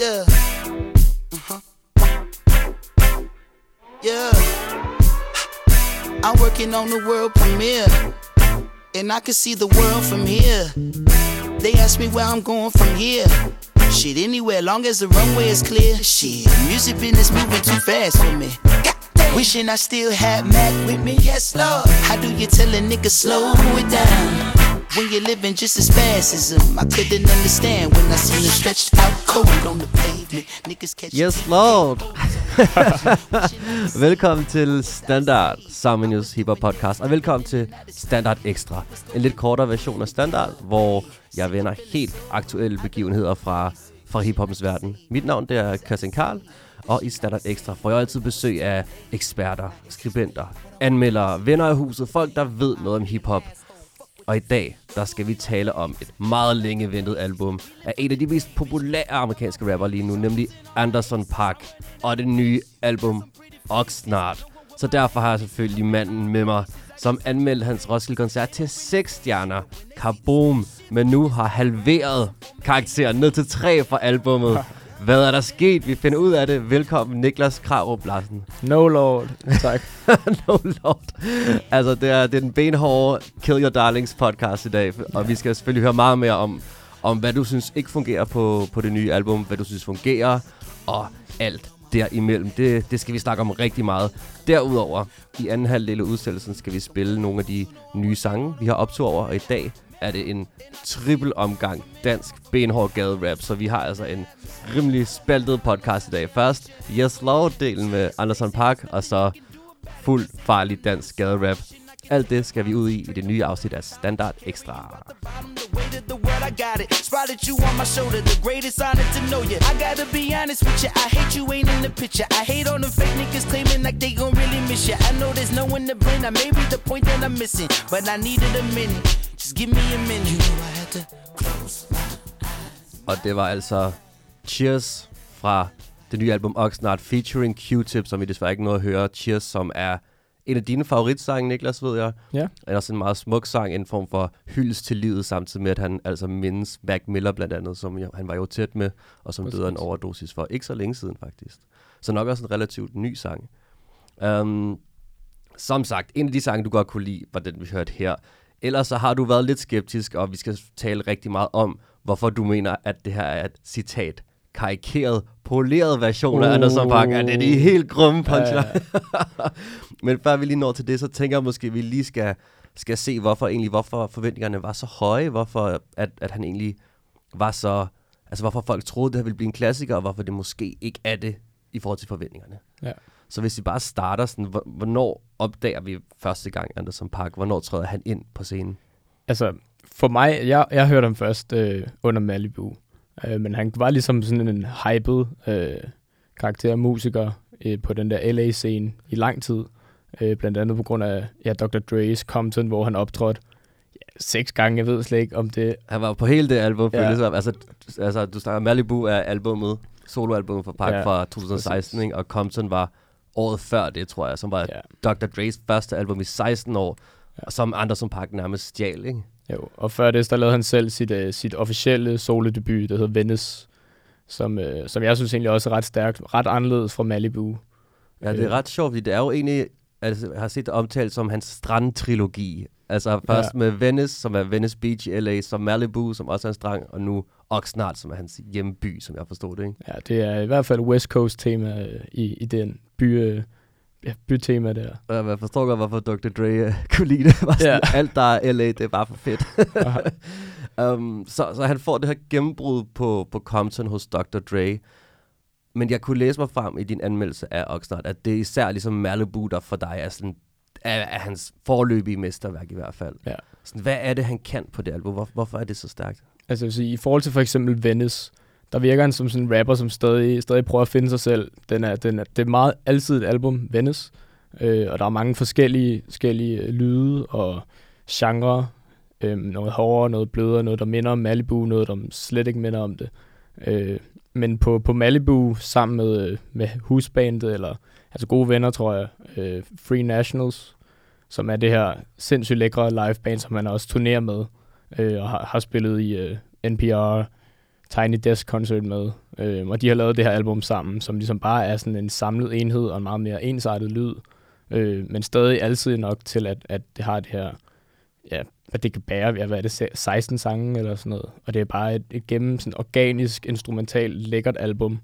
Yeah. Yeah. I'm working on the world premiere, and I can see the world from here. They ask me where I'm going from here. Shit, anywhere, long as the runway is clear. Shit, music business moving too fast for me. Wishing I still had Mac with me. Yes, Lord. How do you tell a nigga slow it down when you're living just as fast as them? I couldn't understand when I seen them stretched out cold on the pavement. Niggas catch. Yes, Lord. Velkommen til Standard, Sammenjus Hip Hop Podcast, og velkommen til Standard Extra. En lidt kortere version af Standard, hvor jeg vender helt aktuelle begivenheder fra hiphoppens verden. Mit navn det er Christian Karl, og i Standard Extra får jeg altid besøg af eksperter, skribenter, anmeldere, venner af huset, folk der ved noget om hiphop. Og i dag, der skal vi tale om et meget længe ventet album af en af de mest populære amerikanske rapper lige nu, nemlig Anderson .Paak, og det nye album Oxnard. Så derfor har jeg selvfølgelig manden med mig, som anmeldte hans Roskilde-koncert til 6 stjerner, Kaboom, men nu har halveret karakteren ned til 3 for albummet. Hvad er der sket? Vi finder ud af det. Velkommen, Niklas Krarup Larsen. No lord. Tak. No lord. Altså, det er den benhårde Kill Your Darlings podcast i dag. Og vi skal selvfølgelig høre meget mere om hvad du synes ikke fungerer på det nye album. Hvad du synes fungerer. Og alt derimellem. Det skal vi snakke om rigtig meget. Derudover, i anden halvdel af udsendelsen, skal vi spille nogle af de nye sange, vi har optog over. Og i dag er det en triple omgang dansk benhård gaderap, så vi har altså en rimelig spaltet podcast i dag. Først Yes Lord-delen med Anderson .Paak, og så fuld farlig dansk gaderap. Alt det skal vi ud i det nye afsnit af Standard Extra. I got it. Spotted you on my shoulder, the greatest honor to know you. I gotta be honest with you, I hate you ain't in the picture. I hate on the fake niggas claiming like they gon' really miss you. I know there's no one to blame, I may be the point that I'm missing, but I needed a minute. Just give me a minute. You know I had to close my eyes. Og det var altså Cheers fra det nye album Oxnard featuring Q-Tip, som vi desværre ikke nåede at høre. Cheers, som er en af dine favoritsange, Niklas, ved jeg. Ja. Er også en meget smuk sang, en form for hyldest til livet, samtidig med, at han altså mindes Mac Miller blandt andet, som han var jo tæt med, og som døde af en overdosis for ikke så længe siden, faktisk. Så nok også en relativt ny sang. Som sagt, en af de sange, du godt kunne lide, var den, vi hørte her. Ellers så har du været lidt skeptisk, og vi skal tale rigtig meget om, hvorfor du mener, at det her er et citat karikeret, poleret version af Anderson .Paak. Er det de helt grumme punchline? Men før vi lige når til det, så tænker jeg måske, at vi lige skal se, hvorfor forventningerne var så høje, hvorfor at han egentlig var så, altså hvorfor folk troede, det her ville blive en klassiker, og hvorfor det måske ikke er det i forhold til forventningerne. Ja. Så hvis vi bare starter sådan, hvornår opdager vi første gang Anderson .Paak? Hvornår træder han ind på scenen? Altså, for mig, jeg hørte ham først under Malibu. Men han var ligesom sådan en hyped karakter, musiker på den der LA-scene i lang tid. Blandt andet på grund af Dr. Dre's Compton, hvor han optrådte 6 gange. Jeg ved slet ikke om det. Han var på hele det album, føles som. Altså, du snakker Malibu er albumet, soloalbummet for Paak fra 2016, ikke? Og Compton var året før det, tror jeg, som var Dr. Dre's første album i 16 år, som Anderson .Paak nærmest stjal, ikke? Jo, og før det, der lavede han selv sit officielle solodebut, der hedder Venice, som jeg synes egentlig også er ret stærkt, ret anderledes fra Malibu. Ja, det er ret sjovt, fordi det er jo egentlig, altså, jeg har set det omtalt som hans strandtrilogi. Altså først med Venice, som er Venice Beach i LA, som Malibu, som også er en strand, og nu Oxnard, som er hans hjemby, som jeg forstod det, ikke? Ja, det er i hvert fald West Coast tema i den bytema der. Jeg forstår godt, hvorfor Dr. Dre kunne lide det. Alt, der er LA, det er bare for fedt. Så han får det her gennembrud på Compton hos Dr. Dre. Men jeg kunne læse mig frem i din anmeldelse af Oxnard, at det er især ligesom Malibu, der for dig er sådan er hans forløbige mesterværk i hvert fald. Ja. Sådan, hvad er det, han kan på det album? Hvorfor er det så stærkt? Altså, jeg vil sige, i forhold til for eksempel Venice, der virker han som sådan en rapper, som stadig prøver at finde sig selv. Det er meget altid et album, Venice. Og der er mange forskellige lyde og genre. Noget hårdere, noget blødere, noget der minder om Malibu, noget der slet ikke minder om det. Men på Malibu sammen med husbandet, eller altså gode venner, tror jeg, Free Nationals, som er det her sindssygt lækre liveband, som han også turnerer med, og har spillet i NPR, Tiny Desk Concert med. Og de har lavet det her album sammen, som ligesom bare er sådan en samlet enhed og en meget mere ensartet lyd. Men stadig altid nok til, at det har det her, ja, at det kan bære, hvad er det, 16 sange eller sådan noget. Og det er bare et gennem sådan organisk, instrumentalt, lækkert album,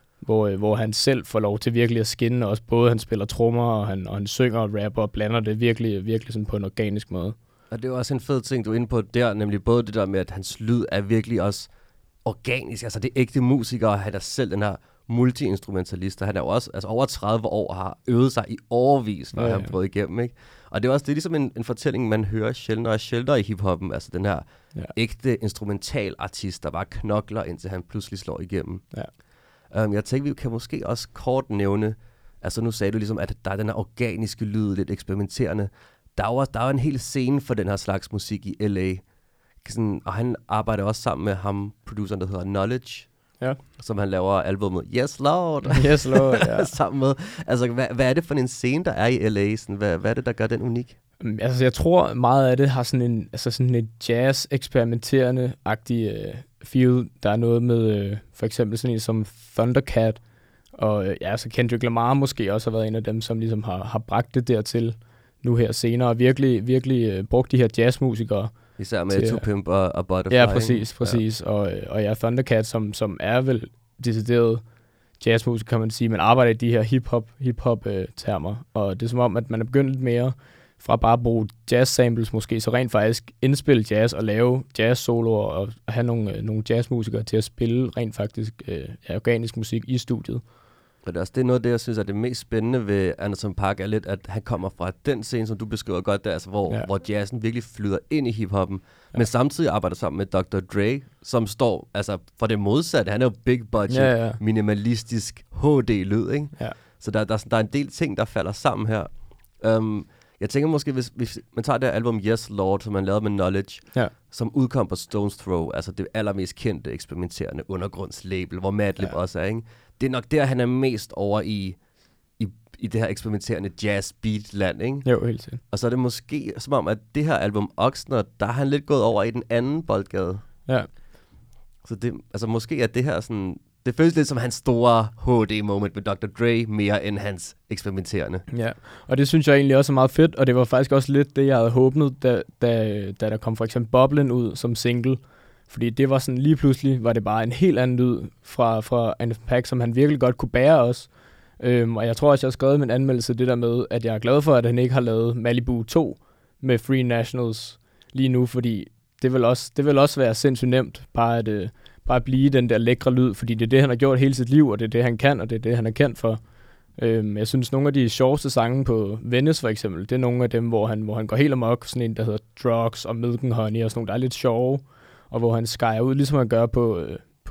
hvor han selv får lov til virkelig at skinne, også både han spiller trommer, og han synger og rapper, og blander det virkelig, virkelig sådan på en organisk måde. Og det er jo også en fed ting, du er inde på der, nemlig både det der med, at hans lyd er virkelig også organisk. Altså det er ægte musikere, og han er selv den her multi-instrumentalist, og han er jo også over 30 år og har øvet sig i årevis, når han brød igennem, ikke? Og det er også det er ligesom en fortælling, man hører sjældnere og sjældnere i hiphoppen, altså den her ægte instrumentalartist, der bare knokler, indtil han pludselig slår igennem. Ja. Jeg tænker, vi kan måske også kort nævne, altså nu sagde du ligesom, at der er den her organiske lyd, lidt eksperimenterende. Der er jo en hel scene for den her slags musik i L.A., sådan, og han arbejder også sammen med ham, produceren, der hedder Knowledge, som han laver albumet Yes Lord, Yes Lord, ja. sammen med. Altså, hvad er det for en scene, der er i L.A.? Sådan, hvad er det, der gør den unik? Altså, jeg tror meget af det har sådan en jazz-eksperimenterende-agtig feel. Der er noget med for eksempel sådan en som Thundercat, og så Kendrick Lamar måske også har været en af dem, som ligesom har bragt det dertil nu her senere, og virkelig brugt de her jazzmusikere. Især med To Pimp og Butterfly. Ja, præcis. Ja. Og Thundercat, som er vel decideret jazzmusik, kan man sige, men arbejder i de her hip-hop-termer. Og det er som om, at man er begyndt lidt mere fra bare at bruge jazz-samples måske, så rent faktisk indspille jazz og lave jazz-soloer og have nogle jazzmusikere til at spille rent faktisk organisk musik i studiet. Og det er noget af det, jeg synes er det mest spændende ved Anderson .Paak, er lidt, at han kommer fra den scene, som du beskriver godt der, altså hvor jazzen virkelig flyder ind i hiphoppen, men samtidig arbejder sammen med Dr. Dre, som står altså for det modsatte. Han er jo big budget, minimalistisk HD-lyd, ikke? Ja. Så der er en del ting, der falder sammen her. Jeg tænker måske, hvis man tager det her album Yes Lord, som man lavede med Knowledge, som udkom på Stones Throw, altså det allermest kendte eksperimenterende undergrundslabel, hvor Madlib også er, ikke? Det er nok der, han er mest over i det her eksperimenterende jazz-beat-land, ikke? Jo, helt sikkert. Og så er det måske som om, at det her album Oxnard, der er han lidt gået over i den anden boldgade. Ja. Så det, altså måske er det her sådan... Det føles lidt som hans store HD-moment med Dr. Dre, mere end hans eksperimenterende. Ja, og det synes jeg egentlig også er meget fedt, og det var faktisk også lidt det, jeg havde håbet, da der kom for eksempel Boblen ud som single. Fordi det var sådan, lige pludselig var det bare en helt anden lyd fra Anderson .Paak, som han virkelig godt kunne bære også. Og jeg tror også, jeg har skrevet min anmeldelse det der med, at jeg er glad for, at han ikke har lavet Malibu 2 med Free Nationals lige nu, fordi det vil også være sindssygt nemt bare at blive den der lækre lyd, fordi det er det, han har gjort hele sit liv, og det er det, han kan, og det er det, han er kendt for. Jeg synes, nogle af de sjoveste sange på Venice for eksempel, det er nogle af dem, hvor han går helt amok, sådan en, der hedder Drugs og Milk and Honey, og sådan nogle, der er lidt sjove, og hvor han skærer ud, ligesom han gør på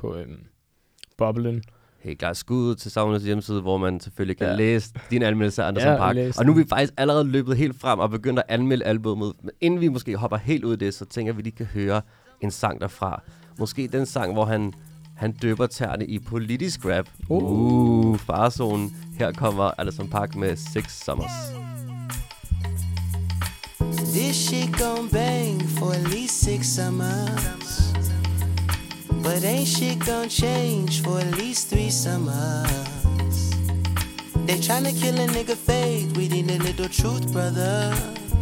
Boblen. Helt klart skud til Sounders hjemmeside, hvor man selvfølgelig kan læse din anmeldelse af Anderson .Paak. Og nu er vi faktisk allerede løbet helt frem og begyndt at anmelde albumet. Men inden vi måske hopper helt ud i det, så tænker vi lige kan høre en sang derfra. Måske den sang, hvor han døber tæerne i politisk rap. Farzonen. Her kommer Anderson .Paak med Six Summers. This shit gon' bang for at least 6 summers. But ain't shit gon' change for at least 3 summers. They tryna kill a nigga fade, we need a little truth, brother.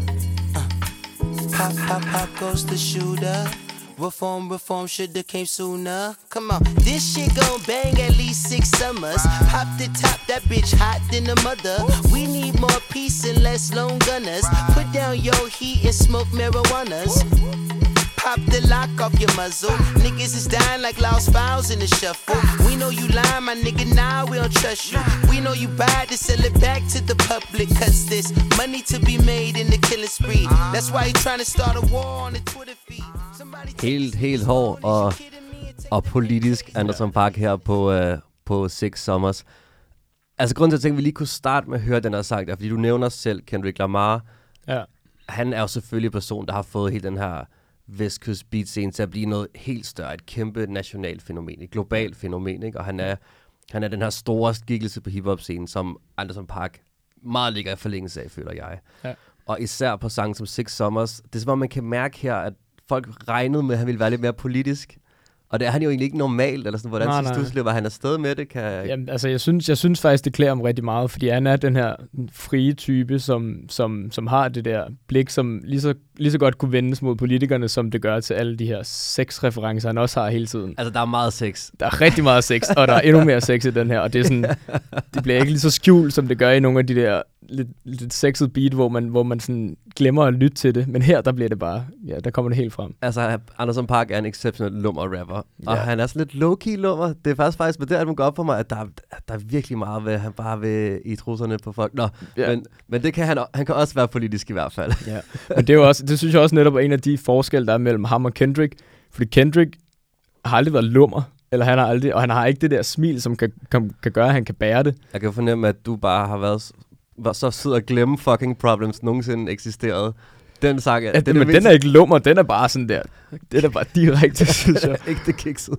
Pop, pop, pop goes the shooter. Reform shoulda came sooner. Come on, this shit gon' bang at least 6 summers. Pop the top, that bitch hot than a mother. We need more peace and less lone gunners. Put down your heat and smoke marijuanas. Pop the lock off your muzzle. Niggas is dying like lost files in the shuffle. We know you lying, my nigga, now we don't trust you. We know you buy to sell it back to the public, cause there's money to be made in the killing spree. That's why you trying to start a war on the Twitter feed. Helt hård og politisk Anderson .Paak her på Six Summers. Altså grunden til at tænke, at vi lige kunne starte med at høre den her sang der, fordi du nævner selv Kendrick Lamar. Ja. Han er jo selvfølgelig en person, der har fået hele den her Vestkyst beat scene til at blive noget helt større, et kæmpe nationalt fænomen, et globalt fænomen, ikke? Og han er den her store skikkelse på hiphop scenen, som Anderson .Paak meget ligger i forlængelse af, føler jeg. Ja. Og især på sangen som Six Summers, det er som om man kan mærke her, at folk regnede med, at han ville være lidt mere politisk, Og det er han jo egentlig ikke normalt, eller sådan, hvordan Nej, synes nej. du, slipper han afsted med det? Jamen, altså, jeg synes faktisk, det klæder ham rigtig meget, fordi han er den her frie type, som har det der blik, som lige så godt kunne vendes mod politikerne, som det gør til alle de her sexreferencer, han også har hele tiden. Altså, der er meget sex. Der er rigtig meget sex, og der er endnu mere sex i den her, og det er sådan, det bliver ikke lige så skjult, som det gør i nogle af de der lidt sexet beat, hvor man sådan glemmer at lytte til det, men her, der bliver det bare, ja, der kommer det helt frem. Altså, Anderson .Paak er en exceptionel lummer rapper, og Ja. han er sådan lidt low-key lummer. Det er faktisk med det, at man går op for mig, at der er virkelig meget ved, han bare vil i trusserne på folk. Nå, Ja. men det kan han kan også være politisk i hvert fald. Ja. Men det er jo også, det synes jeg også netop er en af de forskelle, der er mellem ham og Kendrick, fordi Kendrick har aldrig været lummer, eller han har ikke det der smil, som kan gøre, at han kan bære det. Jeg kan fornemme, at du bare har været så sød at glemme fucking problems nogensinde eksisterede. Den sang er... Den er ikke lummer, den er bare sådan der. Den er bare direkte, synes jeg. Ikke det kikset.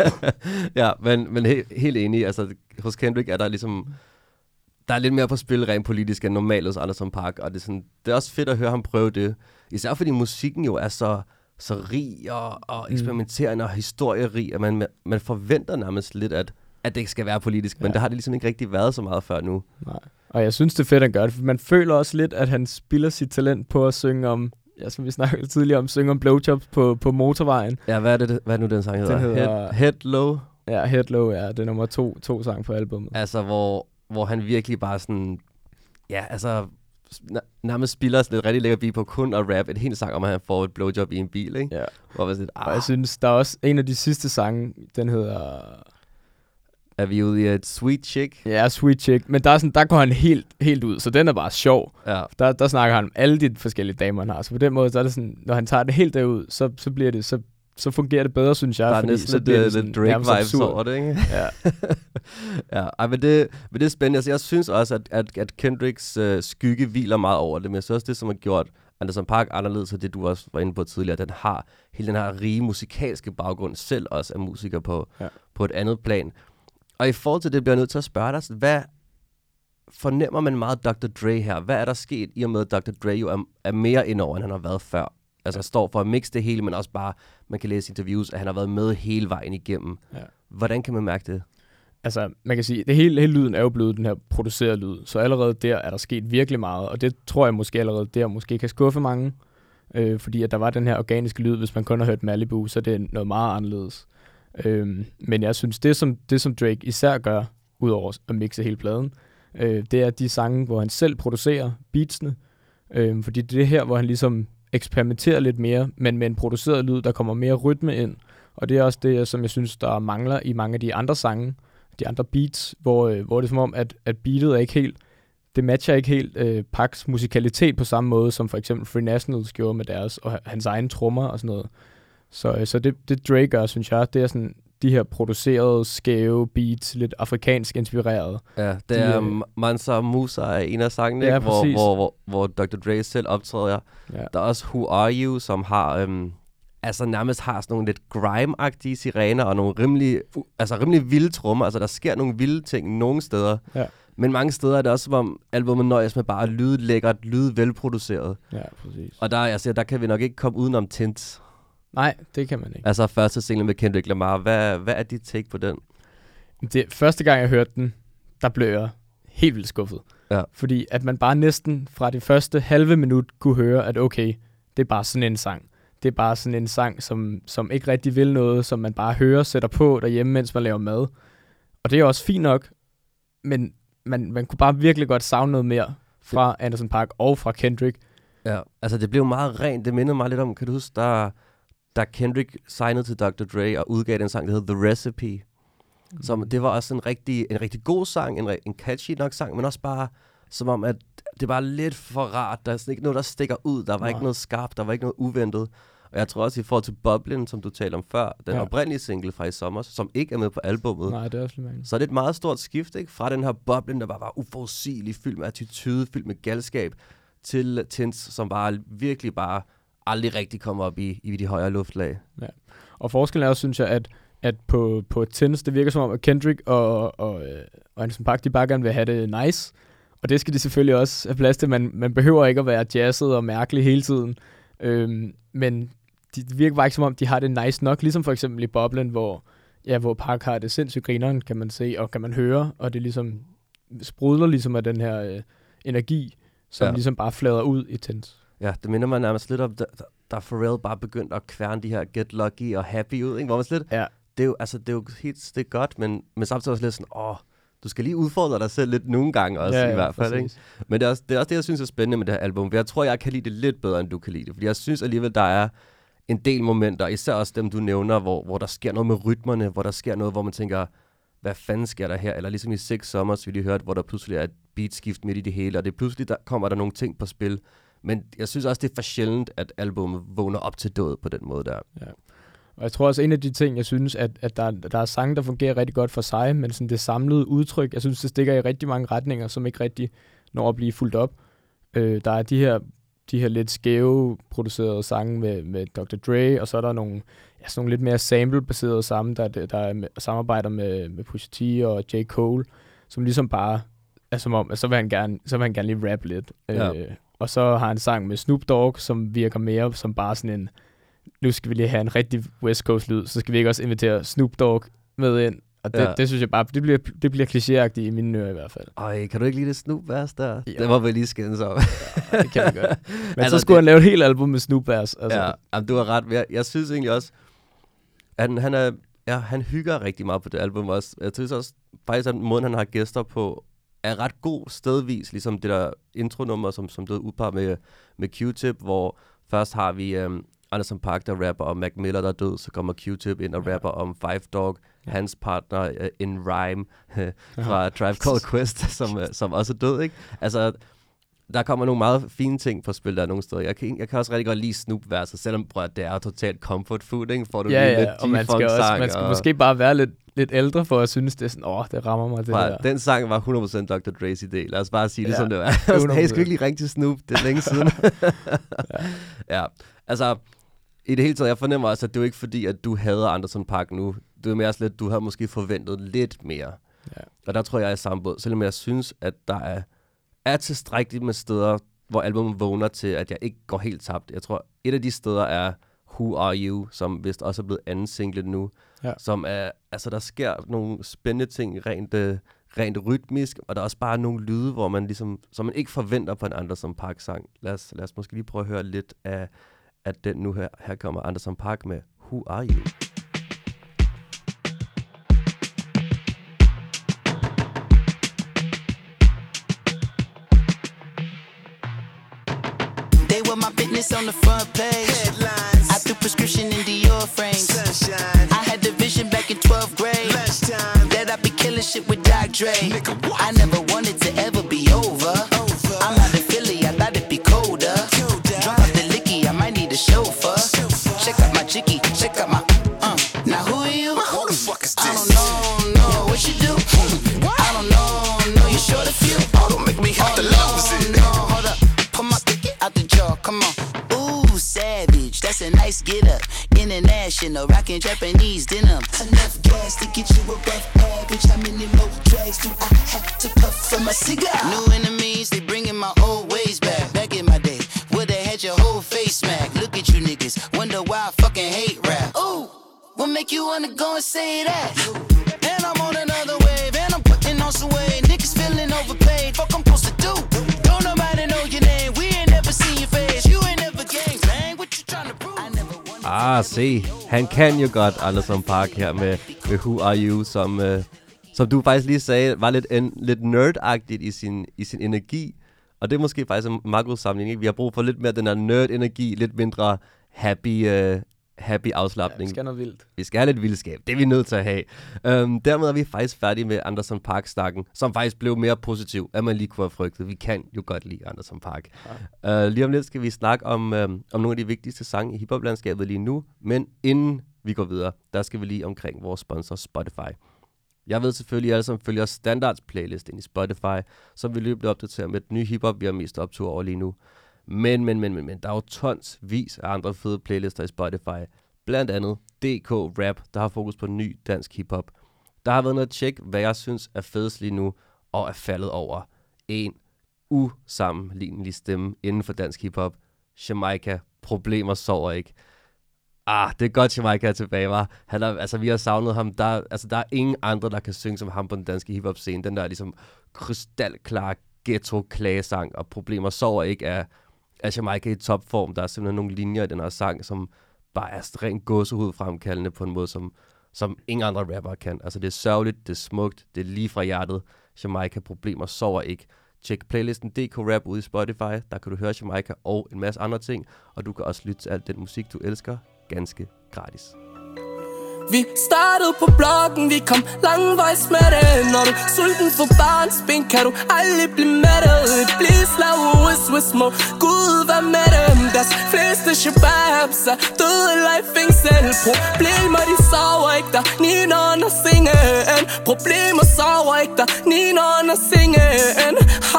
Ja, men helt enig. Altså, hos Kendrick er der ligesom... Der er lidt mere på spil rent politisk end normalt hos Anderson .Paak, og det er også fedt at høre ham prøve det. Især fordi musikken jo er så rig og eksperimenterende og historierig, at man forventer nærmest lidt, at det ikke skal være politisk, men det har det ligesom ikke rigtig været så meget før nu. Nej. Og jeg synes, det er fedt, at han gør det, for man føler også lidt, at han spilder sit talent på at synge om, ja, som vi snakkede tidligere om, synge om blowjobs på motorvejen. Ja, hvad er nu den sang hedder? Den hedder Head Low. Ja, Head Low er det nummer 2 sang på albumet. Altså, hvor han virkelig bare sådan, ja, altså, nærmest spiller lidt rigtig lækker beat på kun at rap et helt sang om, at han får et blowjob i en bil, ikke? Ja. Hvor man sådan, Og jeg synes, der er også en af de sidste sange, den hedder... Er vi ude i et Sweet Chick? Ja, Sweet Chick. Men der går han helt ud, så den er bare sjov. Ja. Der snakker han om alle de forskellige damer, han har. Så på den måde, så er det sådan, når han tager det helt derud, så bliver det, så fungerer det bedre, synes jeg. Der er fordi næsten lidt Drake-vibes over det, ikke? Ja. Ja, ej, men det er spændende. Altså, jeg synes også, at Kendricks skygge hviler meget over det, men jeg synes også, det som har gjort Anderson .Paak anderledes, og det du også var inde på tidligere, at den har hele den her rige musikalske baggrund, selv også er musiker på et andet plan. Og i forhold til det, bliver jeg nødt til at spørge dig, hvad fornemmer man meget Dr. Dre her? Hvad er der sket i og med, at Dr. Dre jo er mere indover, end han har været før? Altså står for at mixe det hele, men også bare, man kan læse interviews, at han har været med hele vejen igennem. Ja. Hvordan kan man mærke det? Altså, man kan sige, det hele lyden er jo blevet den her producerede lyd, så allerede der er der sket virkelig meget, og det tror jeg måske allerede der måske kan skuffe mange, fordi at der var den her organiske lyd, hvis man kun har hørt Malibu, så det er noget meget anderledes. Men jeg synes, det som Drake især gør, udover at mixe hele pladen, det er de sange, hvor han selv producerer beatsene, fordi det er her, hvor han ligesom eksperimenterer lidt mere, men med en produceret lyd, der kommer mere rytme ind, og det er også det, som jeg synes, der mangler i mange af de andre sange, de andre beats, hvor det er som om, at beatet er ikke helt, det matcher ikke helt Paaks musikalitet på samme måde, som for eksempel Free Nationals gjorde med deres, og hans egne trommer og sådan noget. Så det Drake gør, synes jeg, det er sådan de her producerede, skæve beats, lidt afrikansk inspireret. Ja, det er Mansa Musa er en af sangene, ja, hvor Dr. Dre selv optræder. Ja. Der er også Who Are You, som har... altså nærmest har sådan nogle lidt grime-agtige sirener og nogle rimelig vilde trommer. Altså der sker nogle vilde ting nogle steder. Ja. Men mange steder er det også som om albumet nøjes med bare at lyde lækkert, lyde velproduceret. Ja, præcis. Og der kan vi nok ikke komme udenom Tint. Nej, det kan man ikke. Altså første single med Kendrick Lamar. Hvad er dit take på den? Første gang jeg hørte den, der blev jeg helt vildt skuffet. Ja. Fordi at man bare næsten fra det første halve minut kunne høre, at okay, det er bare sådan en sang. Det er bare sådan en sang, som ikke rigtig vil noget, som man bare hører, sætter på derhjemme, mens man laver mad. Og det er også fint nok, men man kunne bare virkelig godt savne noget mere fra Anderson .Paak og fra Kendrick. Ja, altså det blev meget rent. Det mindede mig lidt om, kan du huske, da Kendrick signede til Dr. Dre og udgav den sang, der hed The Recipe. Som, det var også en rigtig god sang, en catchy nok sang, men også bare som om, at det var lidt for rart. Der er ikke noget, der stikker ud. Der var ikke noget skarpt, der var ikke noget uventet. Og jeg tror også, i forhold til Bubblen, som du talte om før, den oprindelige single fra i sommer, som ikke er med på albummet. Nej, det er også lidt så er det et meget stort skift, ikke? Fra den her Bubblen, der bare var uforudsigelig, fyldt med attitude, fyldt med galskab, til Tints, som bare virkelig bare aldrig rigtig kommer op i de højere luftlag. Ja. Og forskellen er også, synes jeg, at på Tints, det virker som om, at Kendrick og Anderson .Paak, de bare gerne vil have det nice. Og det skal de selvfølgelig også have plads til. Man behøver ikke at være jazzet og mærkelig hele tiden. Men det virker bare ikke som om, de har det nice nok, ligesom for eksempel i Boblen, hvor Park har det sindssygt grineren, kan man se, og kan man høre, og det ligesom sprudler ligesom af den her energi, som ligesom bare flader ud i Tens. Ja, det minder mig nærmest lidt om, der Pharrell bare begyndt at kværne de her Get Lucky og Happy ud, ikke? Hvor man slet, det er jo helt det er godt, men samtidig også lidt sådan, du skal lige udfordre dig selv lidt nogle gange også, i hvert fald, ikke? Men det er også det, jeg synes er spændende med det her album, for jeg tror, jeg kan lide det lidt bedre, end du kan lide det, fordi jeg synes alligevel, der er en del momenter, især også dem, du nævner, hvor der sker noget med rytmerne, hvor der sker noget, hvor man tænker, hvad fanden sker der her? Eller ligesom i Six Summers, vi lige hørte, hvor der pludselig er et beatskift midt i det hele, og det pludselig kommer der nogle ting på spil. Men jeg synes også, det er for sjældent, at albumet vågner op til død på den måde der. Ja. Og jeg tror også, en af de ting, jeg synes, at der er sange, der fungerer rigtig godt for sig, men sådan det samlede udtryk, jeg synes, det stikker i rigtig mange retninger, som ikke rigtig når at blive fuldt op. Der er de her lidt skæve producerede sange med Dr. Dre, og så er der nogle lidt mere sample-baserede sange, der samarbejder med Pusha T og J. Cole, som ligesom bare er som om, at så vil han gerne lige rappe lidt. Ja. Og så har han en sang med Snoop Dogg, som virker mere som bare sådan en, nu skal vi lige have en rigtig West Coast-lyd, så skal vi ikke også invitere Snoop Dogg med ind. Og det synes jeg bare, det bliver klichéagtigt i mine ører i hvert fald. Ej, kan du ikke lide det Snoop-vers der? Ja. Det må vi lige skændes om. Ja, det kan vi godt. Men altså, så skulle han lave et helt album med Snoop-vers. Altså. Ja, du har ret. Jeg synes egentlig også, at han hygger rigtig meget på det album også. Jeg synes også, faktisk at måden, han har gæster på, er ret god stedvis, ligesom det der intronummer, som blev udparet med Q-Tip, hvor først har vi Anderson .Paak, der rapper om Mac Miller, der er død, så kommer Q-Tip ind og rapper om Five Dog, hans partner in Rhyme fra Tribe Called Quest, som også er død, ikke? Altså, der kommer nogle meget fine ting på spil der nogle steder. Jeg kan også rigtig godt lide Snoop-verset, selvom det er totalt comfort food, ikke? Får du lige lidt og man skal måske bare være lidt ældre for at synes, det er sådan, det rammer mig, det der. Den sang var 100% Dr. Dre's idé. Lad os bare sige det, som det var. Hey, skal ikke lige ringe til Snoop? Det er længe siden. Ja, altså, i det hele taget, jeg fornemmer også, at det er jo ikke fordi, at du hader Anderson .Paak nu. Det er mere sådan lidt, du havde måske forventet lidt mere. Ja. Og der tror jeg er i samme båd. Selvom jeg synes, at der er tilstrækkeligt med steder, hvor albumet vågner til, at jeg ikke går helt tabt. Jeg tror, et af de steder er Who Are You, som vist også er blevet anden single nu. Ja. Som er, altså der sker nogle spændende ting rent rytmisk, og der er også bare nogle lyde, hvor man ligesom, som man ikke forventer på en Anderson .Paak-sang. Lad os måske lige prøve at høre lidt af den nu her. Her kommer Anderson .Paak med Who Are You? On the front page, headlines. I threw prescription in Dior frames. Sunshine. I had the vision back in 12th grade. Lunchtime. That I'd be killing shit with Dr. Dre. Nigga, I never wanted to ever be over. I'm out of Philly, I thought it'd be colder. Drop out the licky, I might need a chauffeur. Check out my chicky, check out my Now who are you? Who the fuck is this? I don't know what you do. I don't know you short a few. Oh, don't make me have to lose it. No, hold up, pull my picky out the jar, come on. Savage, that's a nice get up. International, rockin' Japanese denim. Enough gas to get you above average. How many more drags do I have to puff for my cigar? New enemies, they bringing my old ways back. Back in my day, would've had your whole face smacked. Look at you niggas, wonder why I fucking hate rap. Ooh, what make you wanna go and say that? And I'm on another wave, and I'm putting on some weight. Niggas feeling overpaid, fuck I'm supposed to do. Don't nobody know your name, we ain't never seen your face. You ain't never gang bang, what you trying to prove? Se, han kan jo godt Anderson .Paak her med Who Are You, som du faktisk lige sagde, var lidt nerd-agtigt i sin energi. Og det er måske faktisk en meget god sammenligning, ikke? Vi har brug for lidt mere den her nerd-energi, lidt mindre happy afslapning. Ja, vi skal have noget vildt. Vi skal have lidt vildskab. Det er vi nødt til at have. Dermed er vi faktisk færdige med Anderson .Paak-snakken, som faktisk blev mere positiv, at man lige kunne have frygtet. Vi kan jo godt lide Anderson .Paak. Ja. Lige om lidt skal vi snakke om nogle af de vigtigste sange i hiphop-landskabet lige nu, men inden vi går videre, der skal vi lige omkring vores sponsor Spotify. Jeg ved selvfølgelig, at alle som følger Standards playlist ind i Spotify, som vi løbende opdaterer med et nye hiphop, vi har mest optur over lige nu. Men, der er jo tonsvis af andre fede playlister i Spotify. Blandt andet DK Rap, der har fokus på ny dansk hiphop. Der har været noget tjek, hvad jeg synes er fedest lige nu, og er faldet over en usammenlignelig stemme inden for dansk hiphop. Jamaica, problemer sover ikke. Det er godt, Jamaica er tilbage, var. Vi har savnet ham. Der er ingen andre, der kan synge som ham på den danske hiphop-scene. Den der ligesom krystalklar ghetto-klagesang, og problemer sover ikke af Jamaica i topform. Der er simpelthen nogle linjer i den her sang, som bare er rent gåsehud fremkaldende på en måde, som ingen andre rapper kan. Altså, det er sørgeligt, det er smukt, det er lige fra hjertet. Jamaica, problemer sover ikke. Tjek playlisten DK Rap ude i Spotify. Der kan du høre Jamaica og en masse andre ting. Og du kan også lytte til alt den musik, du elsker, ganske gratis. Vi startede på bloggen, vi kom langvejs med det. Når du sulten for barnsben, kan du aldrig blive mættet. Please lave wish må Gud være med dem. Deres fleste shababs er døde eller i fængsel. Problemer de sover ikke, der niner under sengen. Problemer sover ikke, der niner under sengen.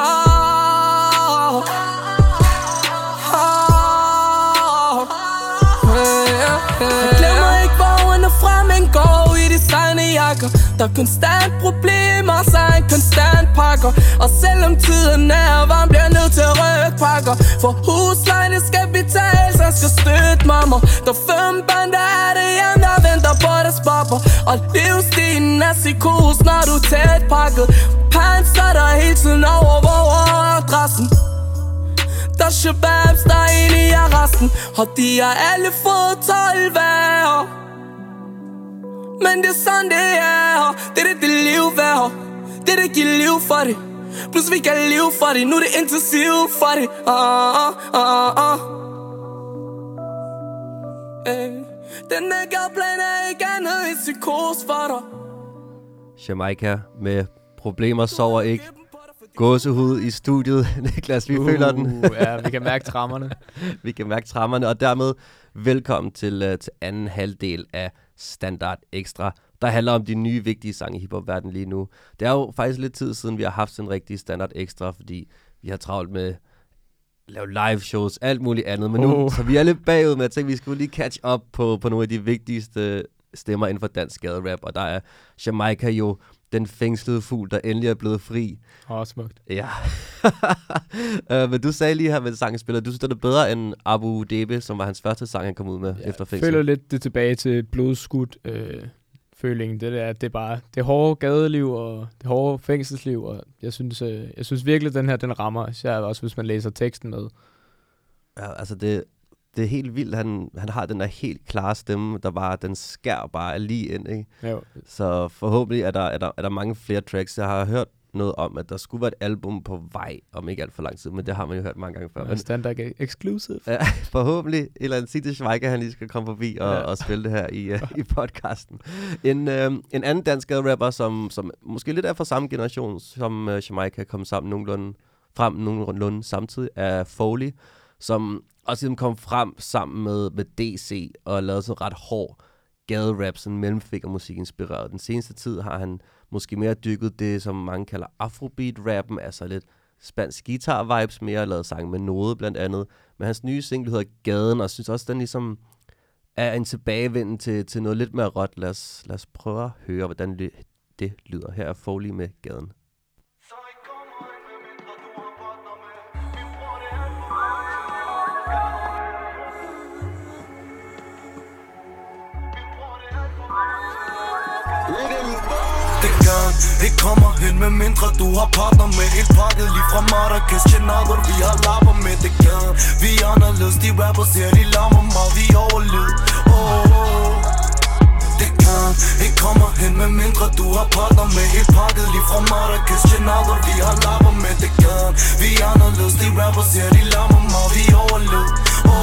Jeg glemmer ikke, hvor under fremmen går i de sejne jakker. Der er konstant problemer, så en konstant pakker. Og selvom tiden er varm, bliver jeg nødt til at rykke pakker. For huslejen skal betales, jeg skal støtte mamma. Der er 5 børn, der er det hjem, der venter på deres papper. Og livsstilen er psykos, når du er tæt pakket. Pants er der hele tiden over adressen. Der er shababs, der er inde i arresten. Og de har alle fået 12 hver. Men det er sådan det er. Det er det liv værd. Det er det giver liv for det. Plus vi kan leve for det. Nu er det intensivt for det. Den der gadeplan er ikke andet end psykos for dig. Jamaica med problemer sover ikke. Gåsehud i studiet. Niklas, vi føler den. Ja, vi kan mærke trammerne. Vi kan mærke trammerne, og dermed velkommen til anden halvdel af Standard Extra, der handler om de nye vigtige sange i hiphop-verdenen lige nu. Det er jo faktisk lidt tid siden, vi har haft en rigtig Standard Extra, fordi vi har travlt med at lave live shows, alt muligt andet. Men nu, så vi er lidt bagud med at tænke, at vi skulle lige catch up på nogle af de vigtigste stemmer inden for dansk gaderap, og der er Jamaica jo den fængslede fugl, der endelig er blevet fri. Smukt. Ja. Men du sagde lige her med sangen spiller, du synes, det er bedre end Abu Dhabi, som var hans første sang, han kom ud med efter fængsel. Jeg føler lidt det tilbage til blodskudt følingen. Det er bare det hårde gadeliv og det hårde fængselsliv, og jeg synes virkelig, den her, den rammer, især også hvis man læser teksten med. Ja, altså det er helt vildt. Han har den der helt klare stemme, den skær bare lige ind, ikke? Jo. Så forhåbentlig er der mange flere tracks. Jeg har hørt noget om, at der skulle være et album på vej om ikke alt for lang tid, men det har man jo hørt mange gange før. Ja, Standard Exclusive. Ja, forhåbentlig et eller andet sige til Schweiger, han lige skal komme forbi og spille det her i podcasten. En anden dansk rapper, som måske lidt er fra samme generation, som Jamaica kom nogenlunde samtidig, er Foley, som også kom frem sammen med DC og lavede så ret hård gaderap, sådan mellemfingermusik inspireret. Den seneste tid har han måske mere dykket det, som mange kalder afrobeat-rappen, altså lidt spansk guitar-vibes, mere lavet sang med Node blandt andet. Men hans nye single hedder Gaden, og jeg synes også, den ligesom er en tilbagevenden til noget lidt mere råt. Lad os prøve at høre, hvordan det lyder. Her er Foley med Gaden. Det kommer hen med mindre du har partner med. Et pakket lige fra Marrakesh til Nader. Vi har lapper med det gaden. Vi er anderledes, de rappers her, de lammer mig. Vi overlevede, det gaden. Det kommer hen med mindre du har partner med. Et pakket lige fra Marrakesh til Nader. Vi har lapper med det gaden. Vi er anderledes, de rappers her, de lammer mig. Vi overlevede,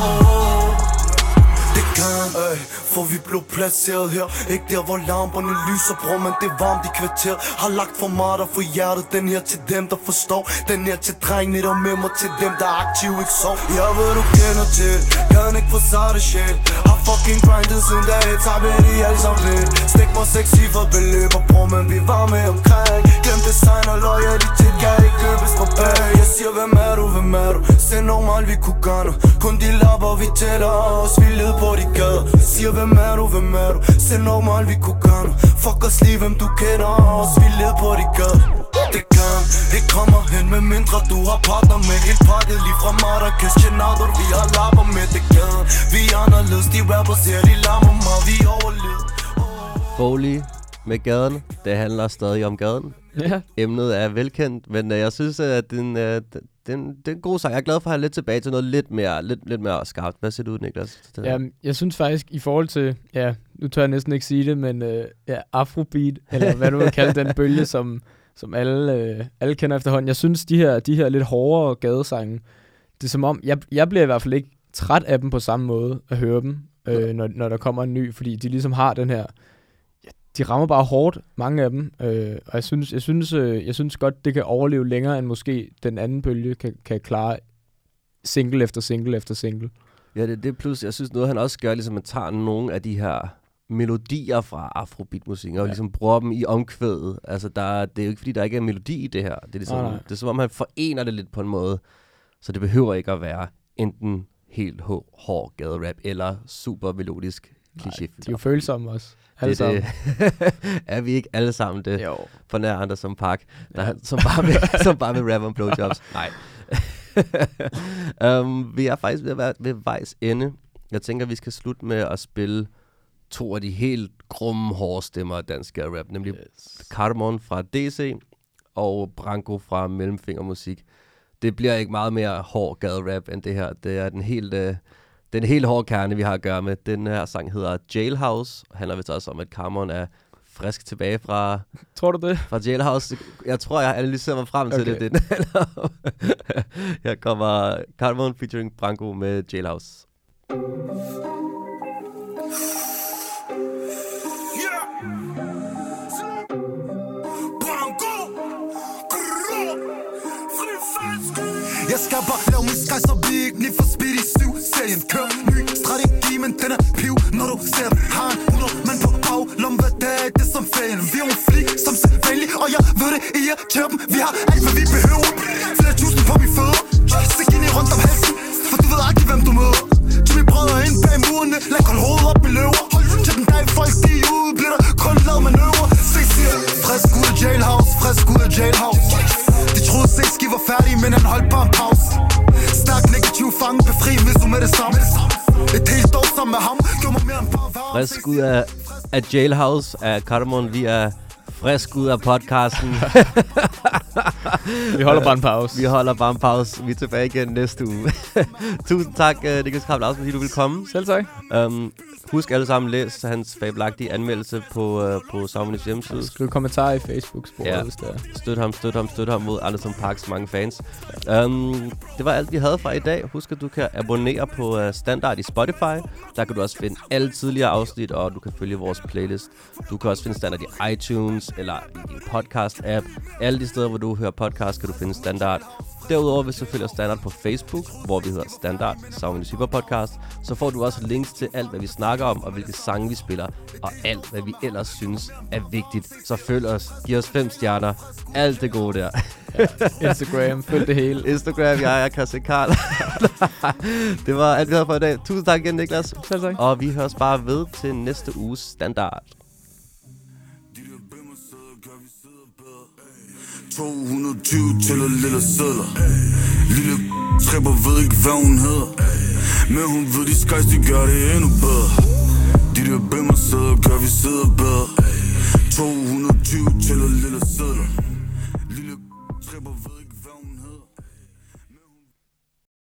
for vi blev placeret her. Ikke der hvor lamperne lyser, bror, men det er varmt i kvarter. Har lagt for meget og for hjertet. Den her til dem der forstår. Den her til drengene der med mig. Til dem der er aktiv, ikke sov. Jeg ved du kender til. Kan ikke få sarte sjæl. Har fucking grindet siden da et. Tager med de alle sammen lidt. Stik mig 6 for beløber, bror, men vi var med omkring. Glem design og loyalitet. Kan ikke købes for bag. Jeg siger hvem er du, hvem er du? Se normalt vi kunne gøre noget. Kun de lapper vi tæller os. Vi led på de gader. Jeg siger hvem er du, hvem er du? Se normalt vi kunne gøre noget. Fuck os lige hvem du kender os. Vi led på de gader. Det kan ikke kommer hen med mindre du har partner med. Helt pakket lige fra Marrakesh til Nador. Vi har lapper med det gaden. Vi er anderledes, de rappers her, de lammer mig. Vi overlever. Foley med gaden. Det handler stadig om gaden. Ja. Emnet er velkendt, men jeg synes, at det er en god sang. Jeg er glad for at have lidt tilbage til noget lidt mere skarpt. Hvad siger du, Niklas? Jeg synes faktisk, i forhold til, nu tør jeg næsten ikke sige det, men afrobeat, eller hvad du vil kalde den bølge, som alle kender efterhånden. Jeg synes, de her lidt hårdere gadesange, det er som om, jeg bliver i hvert fald ikke træt af dem på samme måde at høre dem, når der kommer en ny, fordi de ligesom har den her, de rammer bare hårdt, mange af dem, og jeg synes godt, det kan overleve længere, end måske den anden bølge kan klare single efter single efter single. Ja, det plus, jeg synes noget, han også gør, ligesom at tager nogle af de her melodier fra afrobeat-musik, og ligesom bruger dem i omkvædet. Altså, det er jo ikke, fordi der ikke er melodi i det her. Det er, ligesom, det er som om, han forener det lidt på en måde, så det behøver ikke at være enten helt hård gaderap, eller super melodisk kliché. De er jo følsomme også. Det er vi ikke alle sammen det? Jo. For nær andre som Park, som bare vil rap om blowjobs. Nej. Vi er faktisk ved at være ved vejs ende. Jeg tænker, vi skal slutte med at spille to af de helt grumme hårde stemmer af dansk rap, nemlig Cardamon fra DC og Branko fra Mellemfingermusik. Det bliver ikke meget mere hård gaderap end det her. Det er den helt hårde kerne, vi har at gøre med. Den her sang hedder Jailhouse, og handler vist også om, at Cardamon er frisk tilbage fra... Tror du det? Fra Jailhouse. Jeg tror, jeg analyserer mig frem til det. Her kommer Cardamon featuring Branko med Jailhouse. Jeg skal bare lave min skaj, så vi ikke lige får speed i 7-serien. Kør ny strategi, men den er piv, når du ser den. Har en 100 mand på baglom, hvad dag er det som ferien. Vi er en flik som sædvanlig, og jeg ved det, I er tjøben. Vi har alt, hvad vi behøver. Flere tusind på mine fødder. Stik ind i rundt om halsen, for du ved aldrig, hvem du møder. Til mine brødre ind bag murene, lad kold hovedet op med løver. Til den dag folk de er ude, bliver der kun lavet manøvrer. Se siger, frisk ud af Jailhouse, frisk ud af Jailhouse. De troede Sexski var færdig, men han holdt bare en pause. Snak negativ fange, befri hvis du med det samme. Et helt år sammen med ham, gjorde mig mere end bare varme. Frisk ud af Jailhouse af Cardamon. Vi er frisk ud af podcasten. Vi holder bare en pause. Vi er tilbage igen næste uge. Tusind tak, Niklas Krabbe Larsen, fordi du ville komme. Selv tak. Husk alle sammen, læs hans fabelagtige anmeldelse på Savminus hjemmeside. Skriv kommentarer i Facebook-sporet, hvis det er. Støt ham mod Anderson Parks mange fans. Det var alt, vi havde fra i dag. Husk, at du kan abonnere på Standard i Spotify. Der kan du også finde alle tidligere afsnit, og du kan følge vores playlist. Du kan også finde Standard i iTunes eller i din podcast-app. Alle de steder, hvor du hører podcast, kan du finde Standard. Derudover, hvis du følger Standard på Facebook, hvor vi hedder Standard Savminus Podcast, så får du også links til alt, hvad vi snakker om, og hvilke sange vi spiller, og alt, hvad vi ellers synes er vigtigt. Så følg os, giv os 5 stjerner, alt det gode der. Instagram, følg det hele. Instagram, jeg er Kasse Karl. Det var alt, vi havde for i dag. Tusind tak igen, Niklas. Selv tak. Og vi høres bare ved til næste uges Standard. 220 tæller lille sædler. Lille tripper ved ikke hvad hun hedder, men hun ved de skejs, de gør det endnu bedre. De der bimmer sæder gør vi sidder bedre. 220 tæller lille sædler. Lille tripper ved